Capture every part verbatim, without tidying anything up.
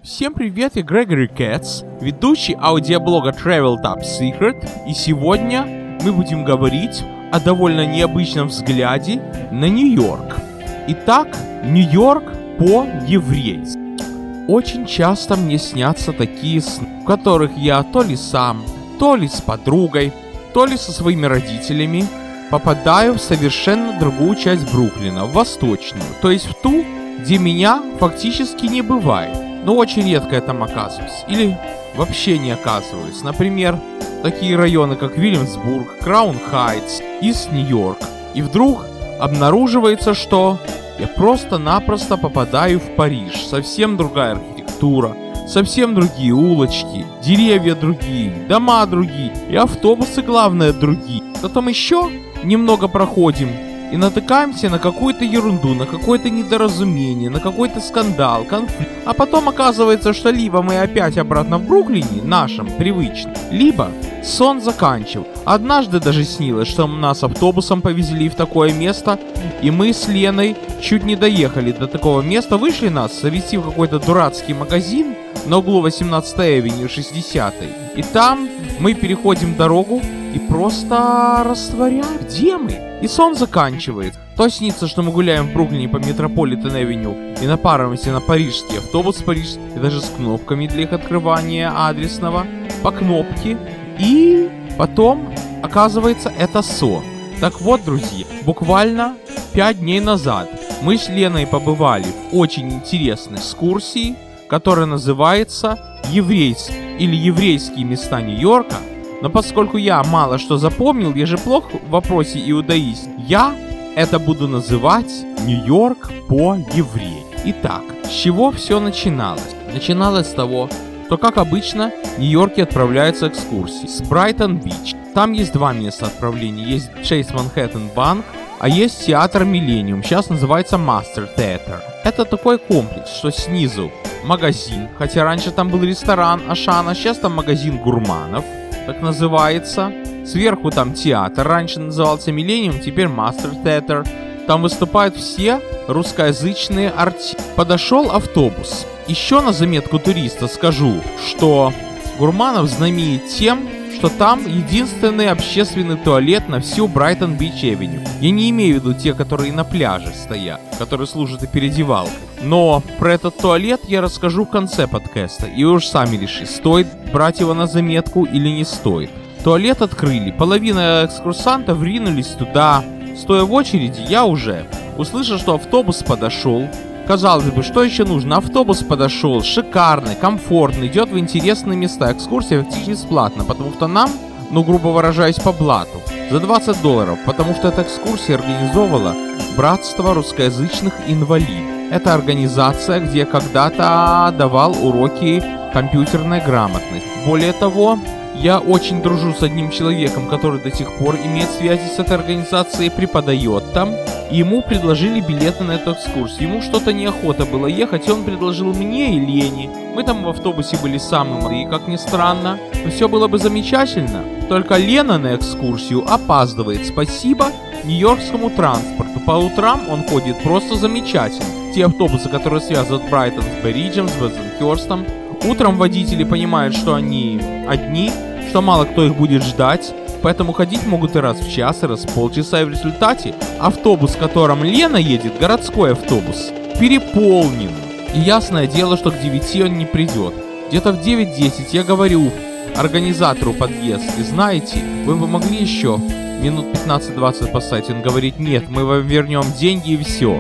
Всем привет, я Грегори Кэтс, ведущий аудиоблога Travel Top Secret, и сегодня мы будем говорить о довольно необычном взгляде на Нью-Йорк. Итак, Нью-Йорк по-еврейски. Очень часто мне снятся такие сны, в которых я то ли сам, то ли с подругой, то ли со своими родителями попадаю в совершенно другую часть Бруклина, в восточную, то есть в ту, где меня фактически не бывает. Но очень редко я там оказываюсь. Или вообще не оказываюсь. Например, такие районы, как Вильямсбург, Краун-Хайтс, Ист-Нью-Йорк. И вдруг обнаруживается, что я просто-напросто попадаю в Париж. Совсем другая архитектура, совсем другие улочки, деревья другие, дома другие, и автобусы, главное, другие. Потом еще немного проходим и натыкаемся на какую-то ерунду, на какое-то недоразумение, на какой-то скандал, конфликт. А потом оказывается, что либо мы опять обратно в Бруклине, нашем, привычном, либо сон заканчивал. Однажды даже снилось, что нас автобусом повезли в такое место, и мы с Леной чуть не доехали до такого места. Вышли нас завести в какой-то дурацкий магазин на углу восемнадцатой авеню шестидесятой. И там мы переходим дорогу и просто растворяем. Где мы? И сон заканчивается. То снится, что мы гуляем в Бруклине по Метрополитен-авеню и напарываемся на парижский автобус, париж, и даже с кнопками для их открывания адресного, по кнопке. И потом, оказывается, это сон. Так вот, друзья, буквально пять дней назад мы с Леной побывали в очень интересной экскурсии, которая называется «Еврейские» или «Еврейские места Нью-Йорка». Но поскольку я мало что запомнил, я же плох в вопросе иудаизма, я это буду называть Нью-Йорк по-еврейски. Итак, с чего все начиналось? Начиналось с того, что, как обычно, в Нью-Йорке отправляются экскурсии с Брайтон-Бич. Там есть два места отправления. Есть Chase Manhattan Bank, а есть театр Millennium. Сейчас называется Master Theater. Это такой комплекс, что снизу магазин, хотя раньше там был ресторан Ашана, сейчас там магазин гурманов, так называется. Сверху там театр, раньше назывался Millennium, теперь Master Theater. Там выступают все русскоязычные артисты. Подошел автобус. Еще на заметку туриста скажу, что Гурманов знаменит тем, что там единственный общественный туалет на всю Брайтон-Бич-Авеню. Я не имею в виду те, которые на пляже стоят, которые служат и переодевалкой. Но про этот туалет я расскажу в конце подкаста, и вы уж сами решите, стоит брать его на заметку или не стоит. Туалет открыли, половина экскурсантов ринулись туда. Стоя в очереди, я уже услышал, что автобус подошел. Казалось бы, что еще нужно? Автобус подошел, шикарный, комфортный, идет в интересные места. Экскурсия фактически бесплатна, потому что нам, ну грубо выражаясь, по блату, за двадцать долларов, потому что эта экскурсия организовала Братство русскоязычных инвалидов. Это организация, где я когда-то давал уроки компьютерной грамотности. Более того, я очень дружу с одним человеком, который до сих пор имеет связи с этой организацией, преподает там. Ему предложили билеты на эту экскурсию. Ему что-то неохота было ехать, и он предложил мне и Лене. Мы там в автобусе были самые, и как ни странно, все было бы замечательно. Только Лена на экскурсию опаздывает. Спасибо нью-йоркскому транспорту. По утрам он ходит просто замечательно. Те автобусы, которые связывают Брайтон с Бриджем, с Бензенхёрстом. Утром водители понимают, что они одни, что мало кто их будет ждать, поэтому ходить могут и раз в час, и раз в полчаса, и в результате автобус, в котором Лена едет, городской автобус, переполнен. И ясное дело, что к девяти он не придет. Где-то в девять-десять я говорю организатору подъездки: знаете, вы бы могли еще минут пятнадцать-двадцать поставить? Он говорит: нет, мы вам вернем деньги и все.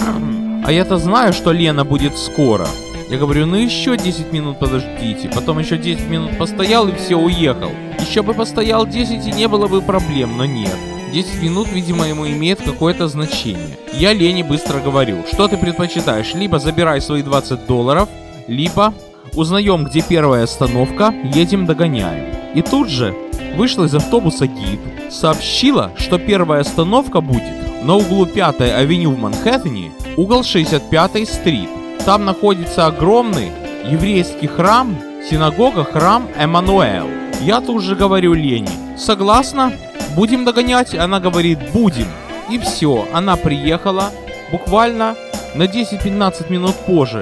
А я-то знаю, что Лена будет скоро. Я говорю: ну еще десять минут подождите. Потом еще десять минут постоял и все, уехал. Еще бы постоял десять и не было бы проблем, но нет. десять минут, видимо, ему имеет какое-то значение. Я Лене быстро говорю: что ты предпочитаешь? Либо забирай свои двадцать долларов, либо узнаем, где первая остановка, едем догоняем. И тут же вышла из автобуса гид, сообщила, что первая остановка будет на углу пятой авеню в Манхэттене, угол шестьдесят пятой стрит. Там находится огромный еврейский храм, синагога, храм Эммануэл. Я тут же говорю Лене: согласна? Будем догонять? Она говорит: будем. И все, она приехала буквально на десять-пятнадцать минут позже.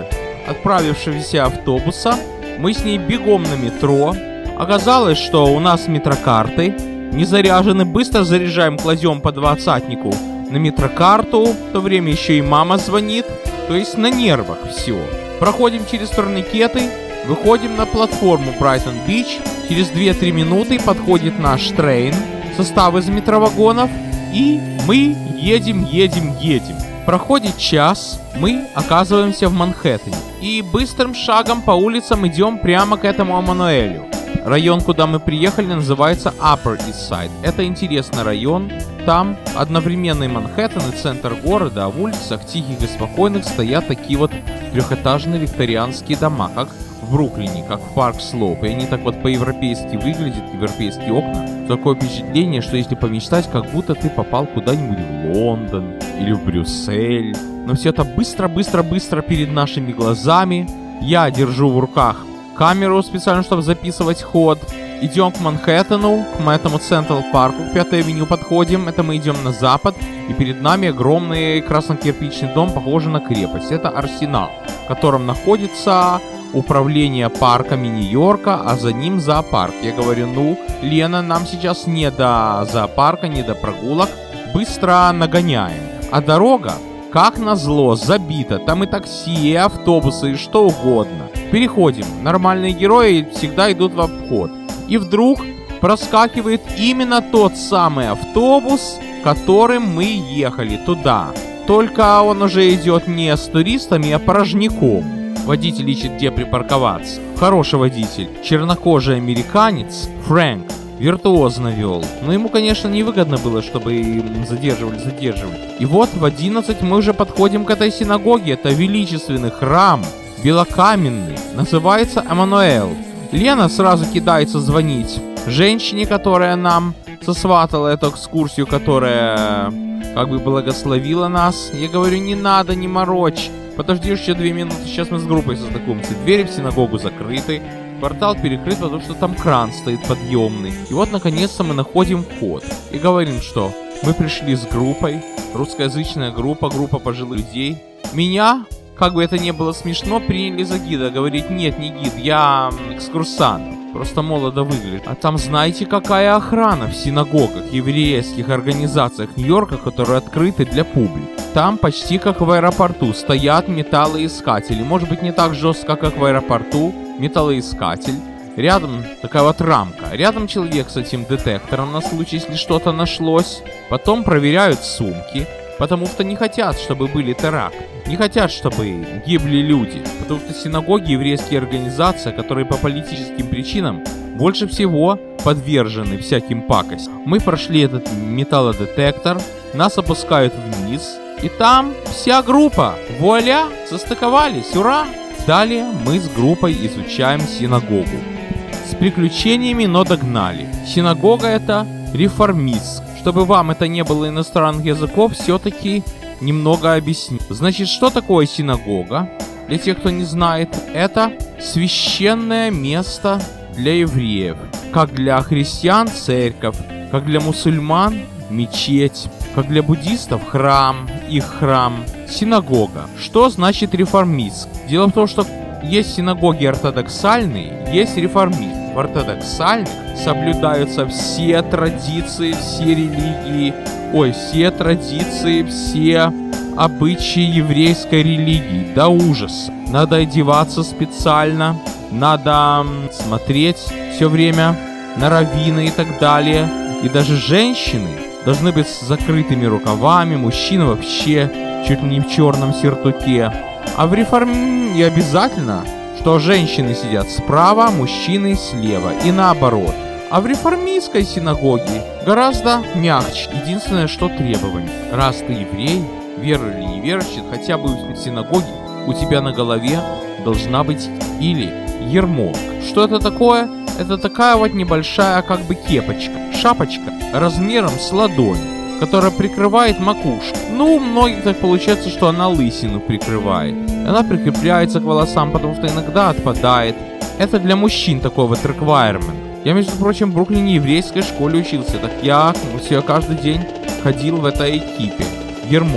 отправившегося автобуса. Мы с ней бегом на метро. Оказалось, что у нас метрокарты не заряжены. Быстро заряжаем, кладем по двадцатнику на метрокарту. В то время еще и мама звонит. То есть на нервах все. Проходим через турникеты. Выходим на платформу Брайтон-Бич. Через две-три минуты подходит наш трейн. Состав из метровагонов. И мы едем, едем, едем. Проходит час, мы оказываемся в Манхэттене. И быстрым шагом по улицам идем прямо к этому Эммануэлю. Район, куда мы приехали, называется Upper East Side. Это интересный район. Там одновременно и Манхэттен, и центр города, а в улицах тихих и спокойных стоят такие вот трехэтажные викторианские дома, как в Бруклине, как в Парк Слоуп. И они так вот по-европейски выглядят, европейские окна. Такое впечатление, что если помечтать, как будто ты попал куда-нибудь в Лондон или в Брюссель. Но все это быстро-быстро-быстро перед нашими глазами. Я держу в руках камеру специально, чтобы записывать ход. Идем к Манхэттену, к этому Централ Парку, к Пятой авеню подходим. Это мы идем на запад. И перед нами огромный красно-кирпичный дом, похожий на крепость. Это Арсенал, в котором находится управление парками Нью-Йорка, а за ним зоопарк. Я говорю, ну, Лена, нам сейчас не до зоопарка, не до прогулок. Быстро нагоняем. А дорога, как назло, забита. Там и такси, и автобусы, и что угодно. Переходим. Нормальные герои всегда идут в обход. И вдруг проскакивает именно тот самый автобус, которым мы ехали туда. Только он уже идет не с туристами, а порожняком. Водитель ищет, где припарковаться. Хороший водитель, чернокожий американец, Фрэнк, виртуозно вел. Но ему, конечно, невыгодно было, чтобы задерживали, задерживали. И вот в одиннадцать мы уже подходим к этой синагоге. Это величественный храм, белокаменный, называется Эммануэл. Лена сразу кидается звонить женщине, которая нам сосватала эту экскурсию, которая как бы благословила нас. Я говорю, не надо, не морочь. Подожди еще две минуты, сейчас мы с группой сознакомимся. Двери в синагогу закрыты, портал перекрыт, потому что там кран стоит подъемный. И вот наконец-то мы находим вход. И говорим, что мы пришли с группой, русскоязычная группа, группа пожилых людей. Меня, как бы это ни было смешно, приняли за гида. Говорит, нет, не гид, я экскурсант. Просто молодо выглядит. А там знаете, какая охрана в синагогах, еврейских организациях Нью-Йорка, которые открыты для публики. Там почти как в аэропорту стоят металлоискатели. Может быть, не так жестко, как в аэропорту. Металлоискатель. Рядом такая вот рамка. Рядом человек с этим детектором на случай, если что-то нашлось. Потом проверяют сумки. Потому что не хотят, чтобы были теракты. Не хотят, чтобы гибли люди. Потому что синагоги, еврейские организации, которые по политическим причинам больше всего подвержены всяким пакостям. Мы прошли этот металлодетектор, нас опускают вниз. И там вся группа, вуаля, состыковались, ура! Далее мы с группой изучаем синагогу. С приключениями, но догнали. Синагога это реформистская. Чтобы вам это не было иностранных языков, все-таки немного объясню. Значит, что такое синагога? Для тех, кто не знает, это священное место для евреев. Как для христиан церковь, как для мусульман мечеть, как для буддистов храм, их храм, синагога. Что значит реформист? Дело в том, что есть синагоги ортодоксальные, есть реформисты. В ортодоксальных соблюдаются все традиции, все религии, ой, все традиции, все обычаи еврейской религии, до ужаса. Надо одеваться специально, надо смотреть все время на раввины и так далее. И даже женщины должны быть с закрытыми рукавами, мужчины вообще чуть ли не в черном сюртуке. А в реформе и обязательно, что женщины сидят справа, мужчины слева и наоборот. А в реформистской синагоге гораздо мягче. Единственное, что требование. Раз ты еврей, верующий или неверующий, хотя бы в синагоге у тебя на голове должна быть или ярмолк. Что это такое? Это такая вот небольшая как бы кепочка, шапочка размером с ладонь, которая прикрывает макушку. Ну, у многих так получается, что она лысину прикрывает. Она прикрепляется к волосам, потому что иногда отпадает. Это для мужчин такой вот requirement. Я, между прочим, в Бруклине еврейской школе учился, так я все каждый день ходил в этой экипе. Ермол.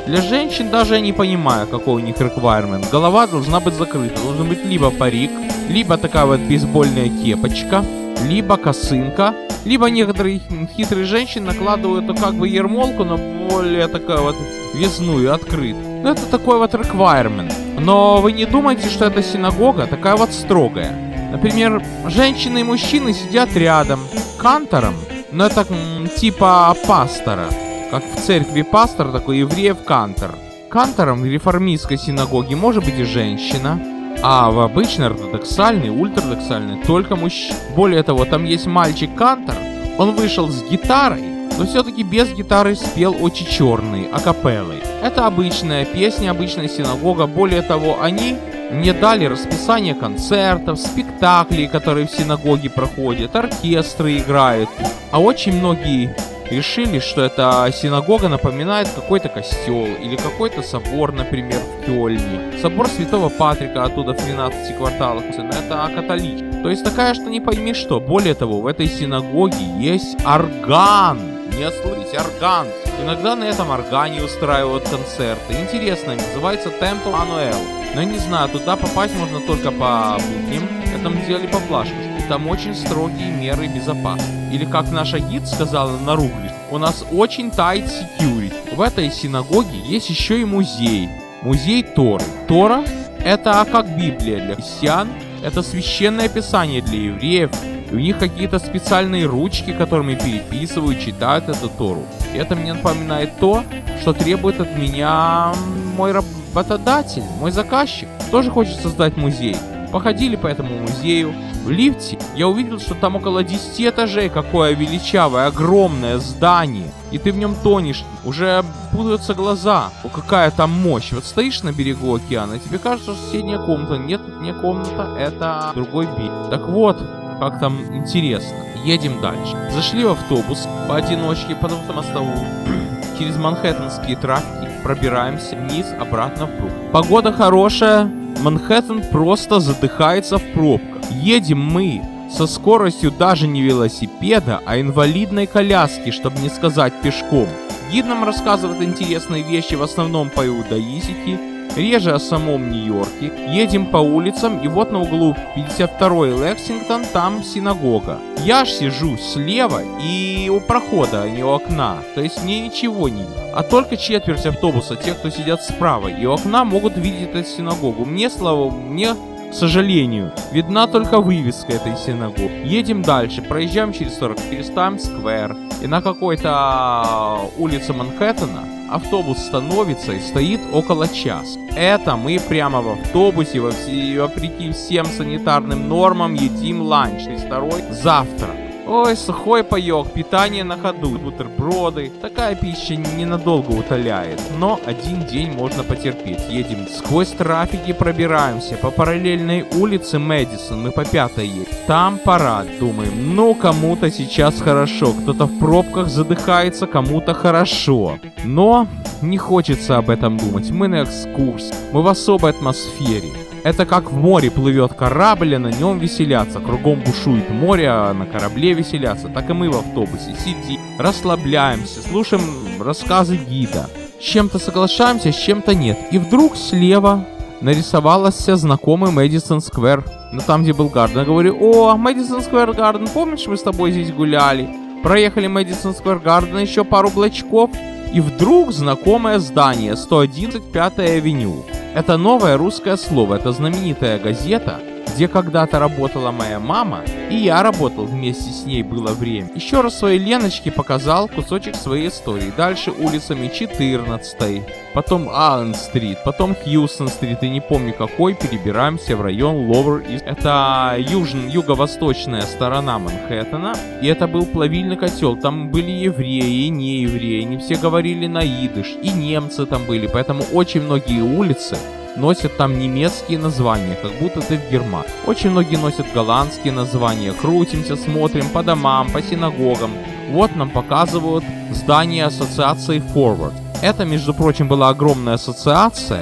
Для женщин даже я не понимаю, какой у них requirement. Голова должна быть закрыта. Должен быть либо парик, либо такая вот бейсбольная кепочка, либо косынка, либо некоторые хитрые женщины накладывают ну, как бы ермолку, но более такая вот весную, открытую. Ну, это такой вот requirement. Но вы не думайте, что эта синагога такая вот строгая. Например, женщины и мужчины сидят рядом кантором, но это м, типа пастора. Как в церкви пастор, такой евреев кантор. Кантором в реформистской синагоге может быть и женщина, а в обычной ортодоксальной, ультрадоксальной только мужчина. Более того, там есть мальчик-кантор, он вышел с гитарой, но все-таки без гитары спел очень черный, акапеллой. Это обычная песня, обычная синагога. Более того, они мне дали расписание концертов, спектаклей, которые в синагоге проходят, оркестры играют. А очень многие решили, что эта синагога напоминает какой-то костел или какой-то собор, например, в Кёльне. Собор Святого Патрика оттуда в тринадцати кварталах. Но это католичка. То есть такая, что не пойми что. Более того, в этой синагоге есть орган. Не слышите, орган. Иногда на этом органе устраивают концерты. Интересно, называется Темпл Ануэл. Но я не знаю, туда попасть можно только по будням. Это мы сделали поблажку. Там очень строгие меры безопасности. Или как наша гид сказала на рубле, у нас очень tight security. В этой синагоге есть еще и музей. Музей Торы. Тора — это как Библия для христиан. Это священное писание для евреев. И у них какие-то специальные ручки, которыми переписывают, читают эту Тору. И это мне напоминает то, что требует от меня мой работодатель, мой заказчик. Тоже хочет создать музей. Походили по этому музею. В лифте я увидел, что там около десяти этажей. Какое величавое, огромное здание. И ты в нем тонешь. Уже путаются глаза. О, какая там мощь. Вот стоишь на берегу океана, и тебе кажется, что соседняя комната. Нет, это не комната, это другой берег. Так вот, как там интересно. Едем дальше. Зашли в автобус поодиночке, потом по мостовую. Через манхэттенские трафики пробираемся вниз, обратно в Бруклин. Погода хорошая. Манхэттен просто задыхается в пробках. Едем мы со скоростью даже не велосипеда, а инвалидной коляски, чтобы не сказать пешком. Гид нам рассказывает интересные вещи, в основном по иудаистике, реже о самом Нью-Йорке. Едем по улицам, и вот на углу пятьдесят второй Лексингтон, там синагога. Я ж сижу слева и у прохода, а не у окна. То есть мне ничего не видно. А только четверть автобуса, те, кто сидят справа, и у окна могут видеть эту синагогу. Мне, слава, мне, к сожалению, видна только вывеска этой синагоги. Едем дальше, проезжаем через сорок четыре Таймс-сквер, и на какой-то улице Манхэттена автобус становится и стоит около часа. Это мы прямо в автобусе, во все, вопреки всем санитарным нормам, едим ланч. И второй завтрак. Ой, сухой паёк, питание на ходу, бутерброды. Такая пища ненадолго утоляет, но один день можно потерпеть. Едем сквозь трафики, пробираемся по параллельной улице Мэдисон, мы по пятой едем. Там парад, думаем, ну кому-то сейчас хорошо, кто-то в пробках задыхается, кому-то хорошо. Но не хочется об этом думать, мы на экскурсии, мы в особой атмосфере. Это как в море плывет корабль, а на нем веселятся. Кругом бушует море, а на корабле веселятся. Так и мы в автобусе сидим, расслабляемся, слушаем рассказы гида. С чем-то соглашаемся, с чем-то нет. И вдруг слева нарисовался знакомый Мэдисон Сквер. Ну там, где был Гарден. Я говорю, о, Мэдисон Сквер Гарден, помнишь, мы с тобой здесь гуляли? Проехали Мэдисон Сквер Гарден, еще пару блочков. И вдруг знакомое здание, сто одиннадцать пятая авеню. Это новое русское слово, это знаменитая газета, где когда-то работала моя мама, и я работал вместе с ней, было время. Еще раз своей Леночке показал кусочек своей истории. Дальше улицами четырнадцатой, потом Аллен-стрит, потом Хьюстон-стрит, и не помню какой, перебираемся в район Ловер-Ист. Это южно- юго-восточная сторона Манхэттена, и это был плавильный котел. Там были евреи и неевреи, не все говорили на идиш, и немцы там были, поэтому очень многие улицы носят там немецкие названия, как будто ты в Германии. Очень многие носят голландские названия. Крутимся, смотрим по домам, по синагогам. Вот нам показывают здание ассоциации Forward. Это, между прочим, была огромная ассоциация.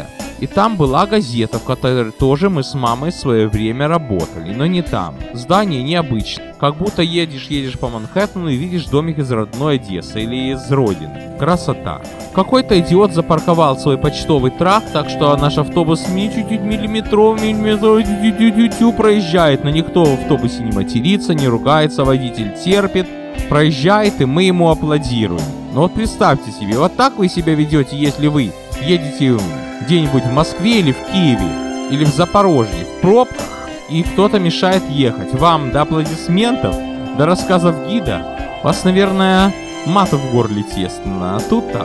И там была газета, в которой тоже мы с мамой в свое время работали, но не там. Здание необычное. Как будто едешь, едешь по Манхэттену и видишь домик из родной Одессы или из родины. Красота. Какой-то идиот запарковал свой почтовый трак, так что наш автобус чуть-чуть миллиметров, миллиметров проезжает, но никто в автобусе не матерится, не ругается, водитель терпит, проезжает, и мы ему аплодируем. Но вот представьте себе, вот так вы себя ведете, если вы едете где-нибудь в Москве или в Киеве, или в Запорожье, в пробках, и кто-то мешает ехать. Вам до аплодисментов, до рассказов гида, вас, наверное, мат в горле тесно, а тут так.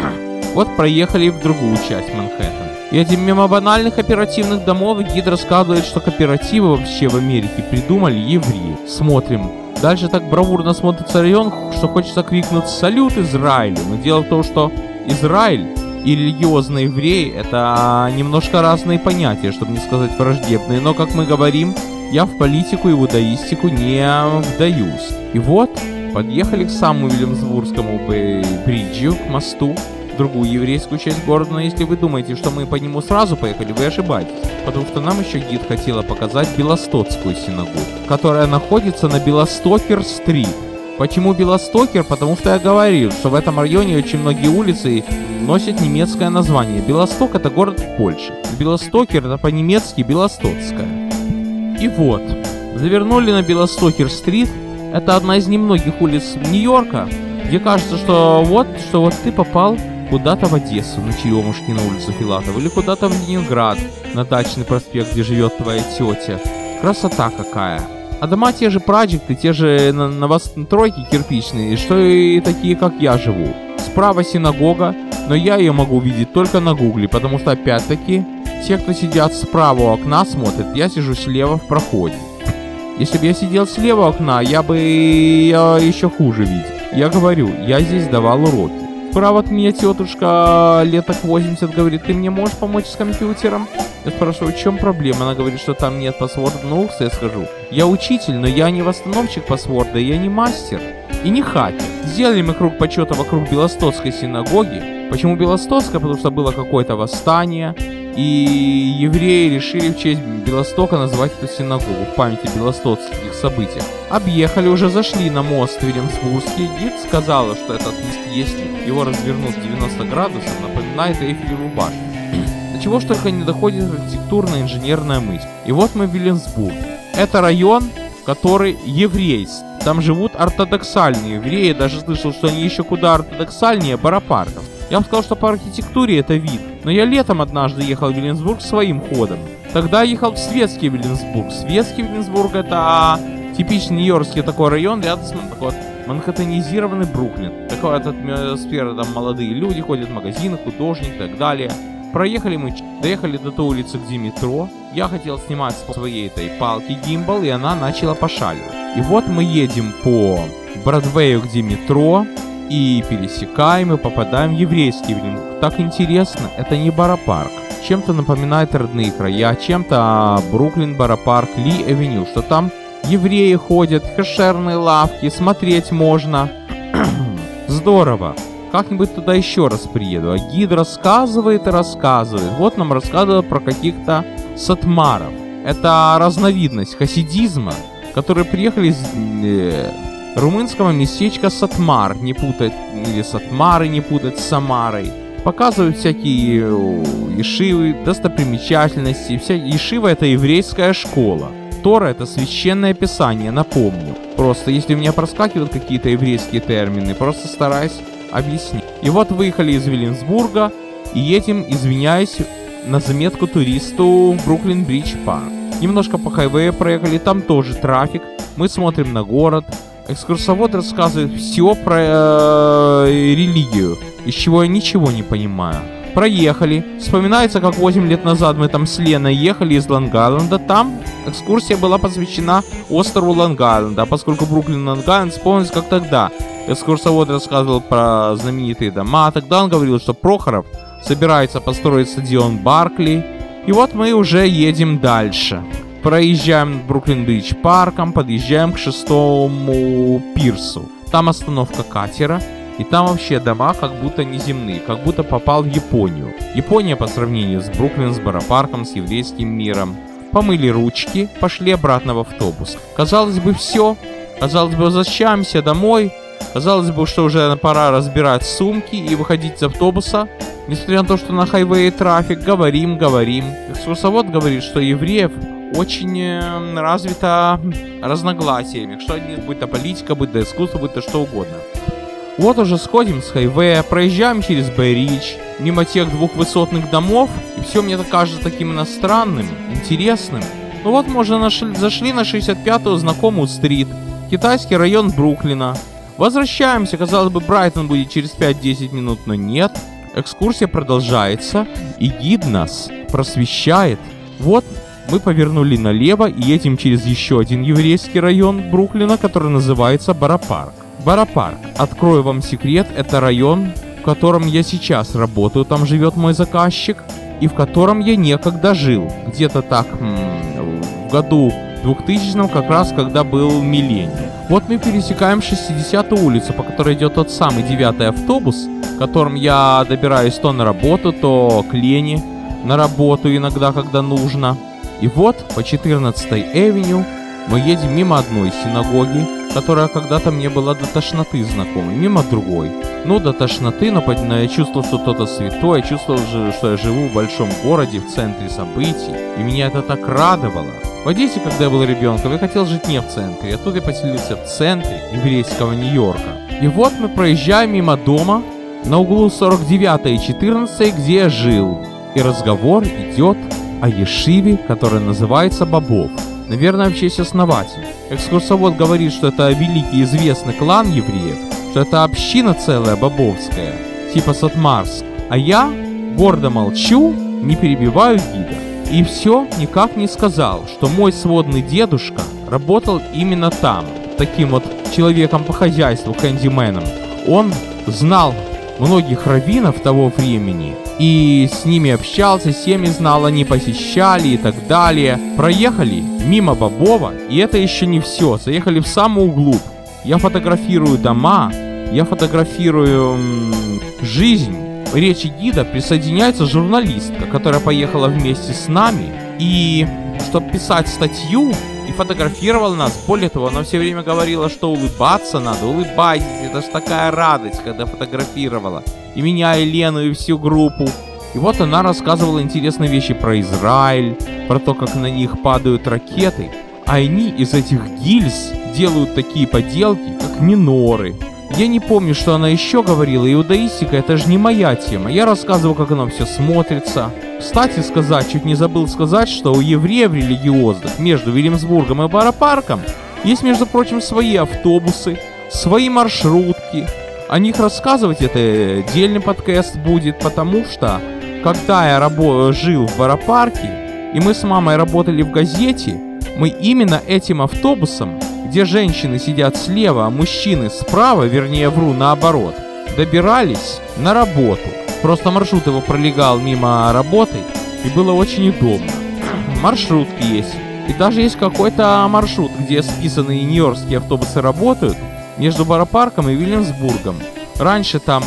Вот проехали в другую часть Манхэттена. И этим мимо банальных оперативных домов гид рассказывает, что кооперативы вообще в Америке придумали евреи. Смотрим. Дальше так бравурно смотрится район, что хочется крикнуть «Салют Израилю!». Но дело в том, что Израиль и религиозные евреи — это немножко разные понятия, чтобы не сказать враждебные. Но, как мы говорим, я в политику и в иудаистику не вдаюсь. И вот, подъехали к самому Вильямсбургскому бриджу, к мосту, в другую еврейскую часть города. Но если вы думаете, что мы по нему сразу поехали, вы ошибаетесь. Потому что нам еще гид хотела показать Белостокскую синагогу, которая находится на Белостокер-стрит. Почему Белостокер? Потому что я говорил, что в этом районе очень многие улицы носят немецкое название. Белосток — это город в Польше. Белостокер — это по-немецки Белостоцкая. И вот, завернули на Белостокер-стрит. Это одна из немногих улиц Нью-Йорка, где кажется, что вот, что вот ты попал куда-то в Одессу, на Черемушки, на улицу Филатова, или куда-то в Ленинград, на Дачный проспект, где живет твоя тетя. Красота какая! А дома те же проекты, те же новостройки кирпичные, что и такие, как я живу. Справа синагога, но я ее могу видеть только на гугле, потому что, опять-таки, те, кто сидят справа у окна, смотрят, я сижу слева в проходе. Если бы я сидел слева у окна, я бы я еще хуже видел. Я говорю, я здесь давал уроки. Справа от меня тетушка лет так восемьдесят говорит, ты мне можешь помочь с компьютером? Я спрашиваю, в чем проблема? Она говорит, что там нет паспорта. Ну, я скажу, я учитель, но я не восстановщик паспорта, я не мастер и не хакер. Сделали мы круг почета вокруг Белостоцкой синагоги. Почему Белостоцкая? Потому что было какое-то восстание, и евреи решили в честь Белостока назвать эту синагогу в памяти белостоцких событий. Объехали, уже зашли на мост Вильямсбургский. Гид сказала, что этот мост, если его развернуть девяносто градусов, напоминает Эйфелеву башню. До чего ж только не доходит архитектурная инженерная мысль. И вот мы в Вильямсбурге. Это район, который еврейский. Там живут ортодоксальные евреи. Я даже слышал, что они еще куда ортодоксальнее Боропарков. Я бы сказал, что по архитектуре это вид. Но я летом однажды ехал в Вильямсбург своим ходом. Тогда ехал в светский Вильямсбург. Светский Вильямсбург — это типичный нью-йоркский такой район, рядом с такой вот манхэттенизированный Бруклин. Такая вот атмосфера, там молодые люди ходят в магазины, художник и так далее. Проехали мы, доехали до той улицы, где метро. Я хотел снимать с своей этой палки гимбал, и она начала пошаливать. И вот мы едем по Бродвею, где метро, и пересекаем, и попадаем в еврейский Вильямсбург. Так интересно, это не Боропарк. Чем-то напоминает родные края, чем-то Бруклин, Боропарк, Ли-Авеню, что там евреи ходят, кошерные лавки, смотреть можно. Здорово. Как-нибудь туда еще раз приеду. А гид рассказывает и рассказывает. Вот нам рассказывают про каких-то сатмаров. Это разновидность хасидизма, которые приехали из э, румынского местечка Сатмар. Не путать, или Сатмары не путать с Самарой. Показывают всякие ешивы, достопримечательности. Вся ешива — это еврейская школа. Тора — это священное писание, напомню. Просто если у меня проскакивают какие-то еврейские термины, просто стараюсь объяснить. И вот выехали из Вильямсбурга и едем, извиняюсь, на заметку туристу в Бруклин Бридж Парк. Немножко по хайвею проехали, там тоже трафик. Мы смотрим на город. Экскурсовод рассказывает все про э, религию, из чего я ничего не понимаю. Проехали. Вспоминается, как восемь лет назад мы там с Леной ехали из Лонг-Айленда. Там экскурсия была посвящена острову Лонг-Айленда. А поскольку Бруклин и Лонг-Айленд, вспомнилось, как тогда. Экскурсовод рассказывал про знаменитые дома. Тогда он говорил, что Прохоров собирается построить стадион Баркли. И вот мы уже едем дальше. Проезжаем Бруклин-Бридж парком, подъезжаем к шестому пирсу. Там остановка катера. И там вообще дома как будто неземные, как будто попал в Японию. Япония по сравнению с Бруклин, с Боро-парком, с еврейским миром. Помыли ручки, пошли обратно в автобус. Казалось бы, все. Казалось бы, возвращаемся домой. Казалось бы, что уже пора разбирать сумки и выходить из автобуса. Несмотря на то, что на хайвее трафик, говорим, говорим. Экскурсовод говорит, что евреев очень э, развито разногласиями. Что будь то политика, будь то искусство, будь то что угодно. Вот уже сходим с хайвея, проезжаем через Бэй-Ридж, мимо тех двух высотных домов, и все мне это кажется таким иностранным, интересным. Ну вот мы уже нашли, зашли на шестьдесят пятую знакомую стрит, китайский район Бруклина. Возвращаемся, казалось бы, Брайтон будет через пять-десять минут, но нет. Экскурсия продолжается, и гид нас просвещает. Вот мы повернули налево и едем через еще один еврейский район Бруклина, который называется Боро-парк. Боро-парк, открою вам секрет, это район, в котором я сейчас работаю, там живет мой заказчик, и в котором я некогда жил. Где-то так, м- в году двухтысячном, как раз когда был миллениум. Вот мы пересекаем шестидесятую улицу, по которой идет тот самый девятый автобус, которым я добираюсь то на работу, то к Лене на работу иногда, когда нужно. И вот по четырнадцатой авеню мы едем мимо одной синагоги, которая когда-то мне была до тошноты знакомой, мимо другой. Ну, до тошноты, но я чувствовал, что кто-то святой, я чувствовал, что я живу в большом городе, в центре событий, и меня это так радовало. В Одессе, когда я был ребенком, я хотел жить не в центре, а тут я поселился в центре еврейского Нью-Йорка. И вот мы проезжаем мимо дома на углу сорок девятой и четырнадцатой, где я жил, и разговор идет о ешиве, которая называется Бобов. Наверное, в честь основателя. Экскурсовод говорит, что это великий известный клан евреев, что это община целая бобовская, типа Сатмарск. А я гордо молчу, не перебиваю гида. И все никак не сказал, что мой сводный дедушка работал именно там, таким вот человеком по хозяйству, хэндименом. Он знал многих раввинов того времени, и с ними общался, семьи знал, они посещали и так далее. Проехали мимо Бобова, и это еще не все. Заехали в самую глубь. Я фотографирую дома, я фотографирую м- жизнь. В речи гида присоединяется журналистка, которая поехала вместе с нами, и чтобы писать статью, и фотографировала нас. Более того, она все время говорила, что улыбаться надо. Улыбайтесь, это ж такая радость, когда фотографировала. И меня, и Лену, и всю группу. И вот она рассказывала интересные вещи про Израиль, про то, как на них падают ракеты. А они из этих гильз делают такие поделки, как миноры. Я не помню, что она еще говорила. Иудаистика — это же не моя тема. Я рассказывал, как оно все смотрится. Кстати сказать, чуть не забыл сказать, что у евреев религиозных между Вильямсбургом и Боро-парком есть, между прочим, свои автобусы, свои маршрутки. О них рассказывать это отдельный подкаст будет, потому что, когда я рабо- жил в Боро-парке, и мы с мамой работали в газете, мы именно этим автобусом, где женщины сидят слева, а мужчины справа, вернее, вру, наоборот, добирались на работу. Просто маршрут его пролегал мимо работы, и было очень удобно. Маршрутки есть. И даже есть какой-то маршрут, где списанные нью-йоркские автобусы работают между Боро-парком и Вильямсбургом. Раньше там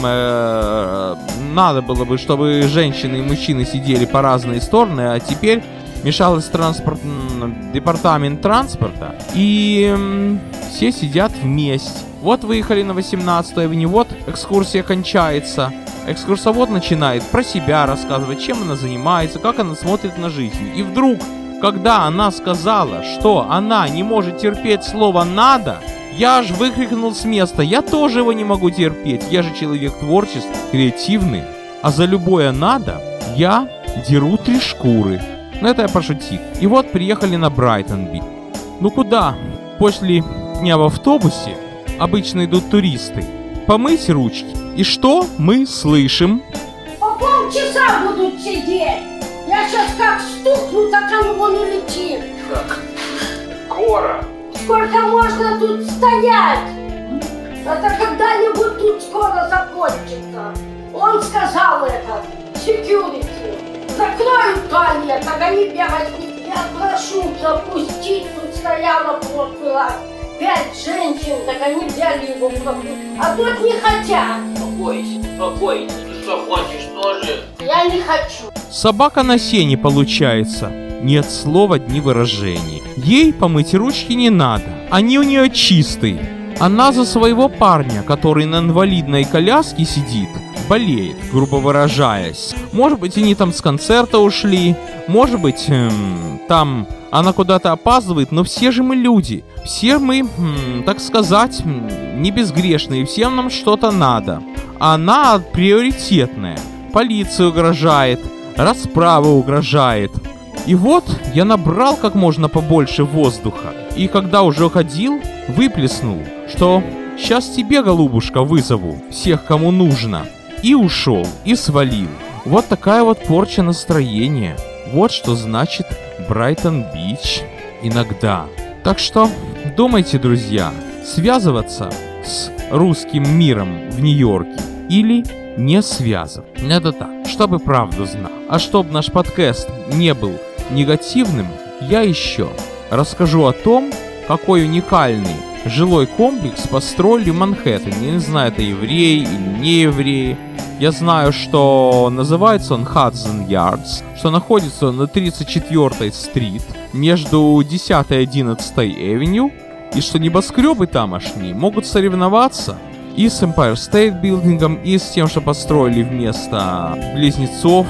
э, надо было бы, чтобы женщины и мужчины сидели по разные стороны, а теперь мешалось транспорт, департамент транспорта, и м, все сидят вместе. Вот выехали на восемнадцатую авеню, вот экскурсия кончается. Экскурсовод начинает про себя рассказывать, чем она занимается, как она смотрит на жизнь. И вдруг, когда она сказала, что она не может терпеть слово «надо», я аж выкрикнул с места: я тоже его не могу терпеть, я же человек творческий, креативный, а за любое «надо» я деру три шкуры. Ну это я пошутил. И вот приехали на Брайтон-Бич. Ну куда? После дня в автобусе обычно идут туристы. Помыть ручки. И что мы слышим? По полчаса будут сидеть. Я сейчас как стукну, так оно вон улетит. Так, скоро. Сколько можно тут стоять? Это когда-нибудь тут скоро закончится. Он сказал это. Security. Закроют туалет, а они бегать не... Я прошу запустить, тут стояла прошлый раз. пять женщин, так они взяли его в кафе. А тут не хотят. Успокойся, успокойся. Ты что, хочешь тоже? Я не хочу. Собака на сене получается. Нет слова, ни выражений. Ей помыть ручки не надо. Они у нее чистые. Она за своего парня, который на инвалидной коляске сидит, болеет, грубо выражаясь. Может быть, они там с концерта ушли. Может быть, эм, там она куда-то опаздывает. Но все же мы люди. Все мы, эм, так сказать, не безгрешные. Всем нам что-то надо. Она приоритетная. Полиция угрожает. Расправа угрожает. И вот я набрал как можно побольше воздуха. И когда уже ходил, выплеснул, что сейчас тебе, голубушка, вызову всех, кому нужно. И ушел, и свалил. Вот такая вот порча настроения. Вот что значит Брайтон-Бич иногда. Так что думайте, друзья, связываться с русским миром в Нью-Йорке или не связываться. Это так, чтобы правду знал. А чтобы наш подкаст не был негативным, я еще расскажу о том, какой уникальный жилой комплекс построили в Манхэттене. Я не знаю, это евреи или не евреи. Я знаю, что называется он Hudson Yards, что находится на тридцать четвёртой стрит между десятой и одиннадцатой Avenue, и что небоскребы тамошние могут соревноваться и с Empire State Building, и с тем, что построили вместо близнецов,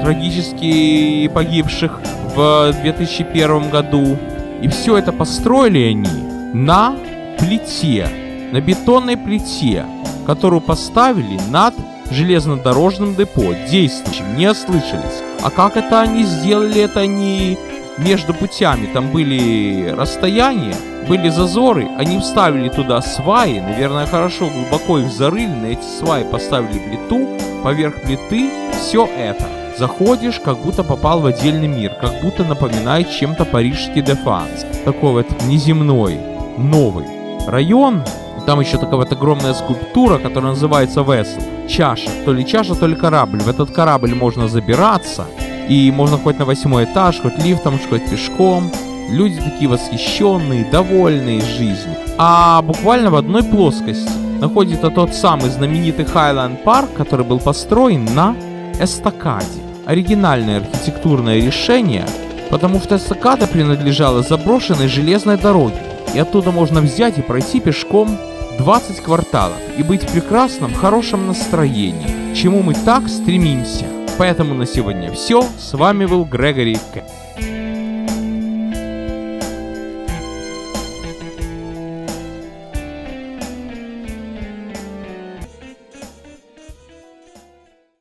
трагически погибших в две тысячи первом году. И все это построили они на плите, на бетонной плите, которую поставили над железнодорожным депо, действующим, не ослышались. А как это они сделали? Это они между путями, там были расстояния, были зазоры, они вставили туда сваи, наверное, хорошо глубоко их зарыли, на эти сваи поставили плиту, поверх плиты все это. Заходишь, как будто попал в отдельный мир, как будто напоминает чем-то парижский Дефанс. Такой вот неземной, новый район. Там еще такая вот огромная скульптура, которая называется Vessel. Чаша. То ли чаша, то ли корабль. В этот корабль можно забираться. И можно хоть на восьмой этаж, хоть лифтом, хоть пешком. Люди такие восхищенные, довольные жизнью. А буквально в одной плоскости находится тот самый знаменитый Highland Park, который был построен на эстакаде. Оригинальное архитектурное решение, потому что эстакада принадлежала заброшенной железной дороге. И оттуда можно взять и пройти пешком двадцать кварталов и быть в прекрасном, хорошем настроении, к чему мы так стремимся. Поэтому на сегодня все. С вами был Грегори Кэт.